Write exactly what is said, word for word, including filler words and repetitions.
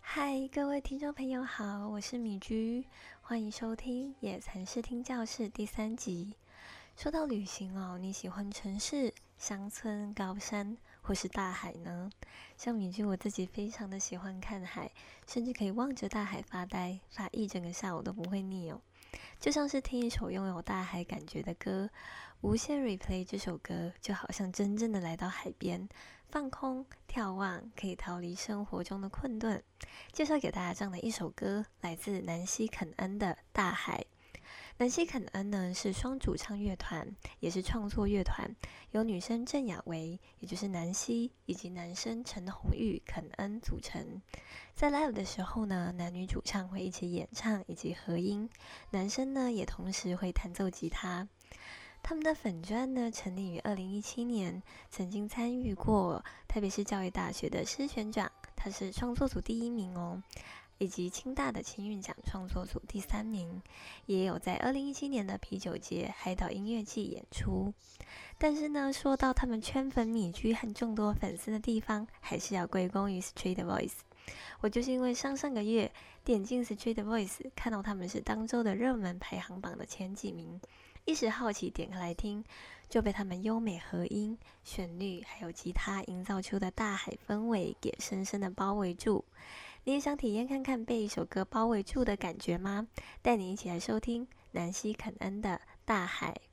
嗨，各位听众朋友好，我是米居，欢迎收听野蚕视听教室第三集。说到旅行哦，你喜欢城市、乡村、高山，或是大海呢？像米居我自己非常的喜欢看海，甚至可以望着大海发呆，发一整个下午都不会腻哦。就像是听一首拥有大海感觉的歌，无限 replay 这首歌，就好像真正的来到海边，放空、眺望，可以逃离生活中的困顿。介绍给大家这样的一首歌，来自南希肯恩的《大海》。南希肯恩呢是双主唱乐团，也是创作乐团，由女生郑雅薇，也就是南希，以及男生陈鸿玉、肯恩组成。在 live 的时候呢，男女主唱会一起演唱以及合音，男生呢也同时会弹奏吉他。他们的粉专呢成立于二零一七年，曾经参与过台北市教育大学的诗选奖，他是创作组第一名哦。以及清大的青韵奖创作组第三名，也有在二零一七年的啤酒节海岛音乐季演出。但是呢，说到他们圈粉米居和众多粉丝的地方，还是要归功于 Street Voice。我就是因为上上个月点进 Street Voice，看到他们是当周的热门排行榜的前几名，一时好奇点开来听，就被他们优美和音、旋律还有吉他营造出的大海氛围给深深的包围住。你也想体验看看被一首歌包围住的感觉吗？带你一起来收听南希肯恩的《大海》。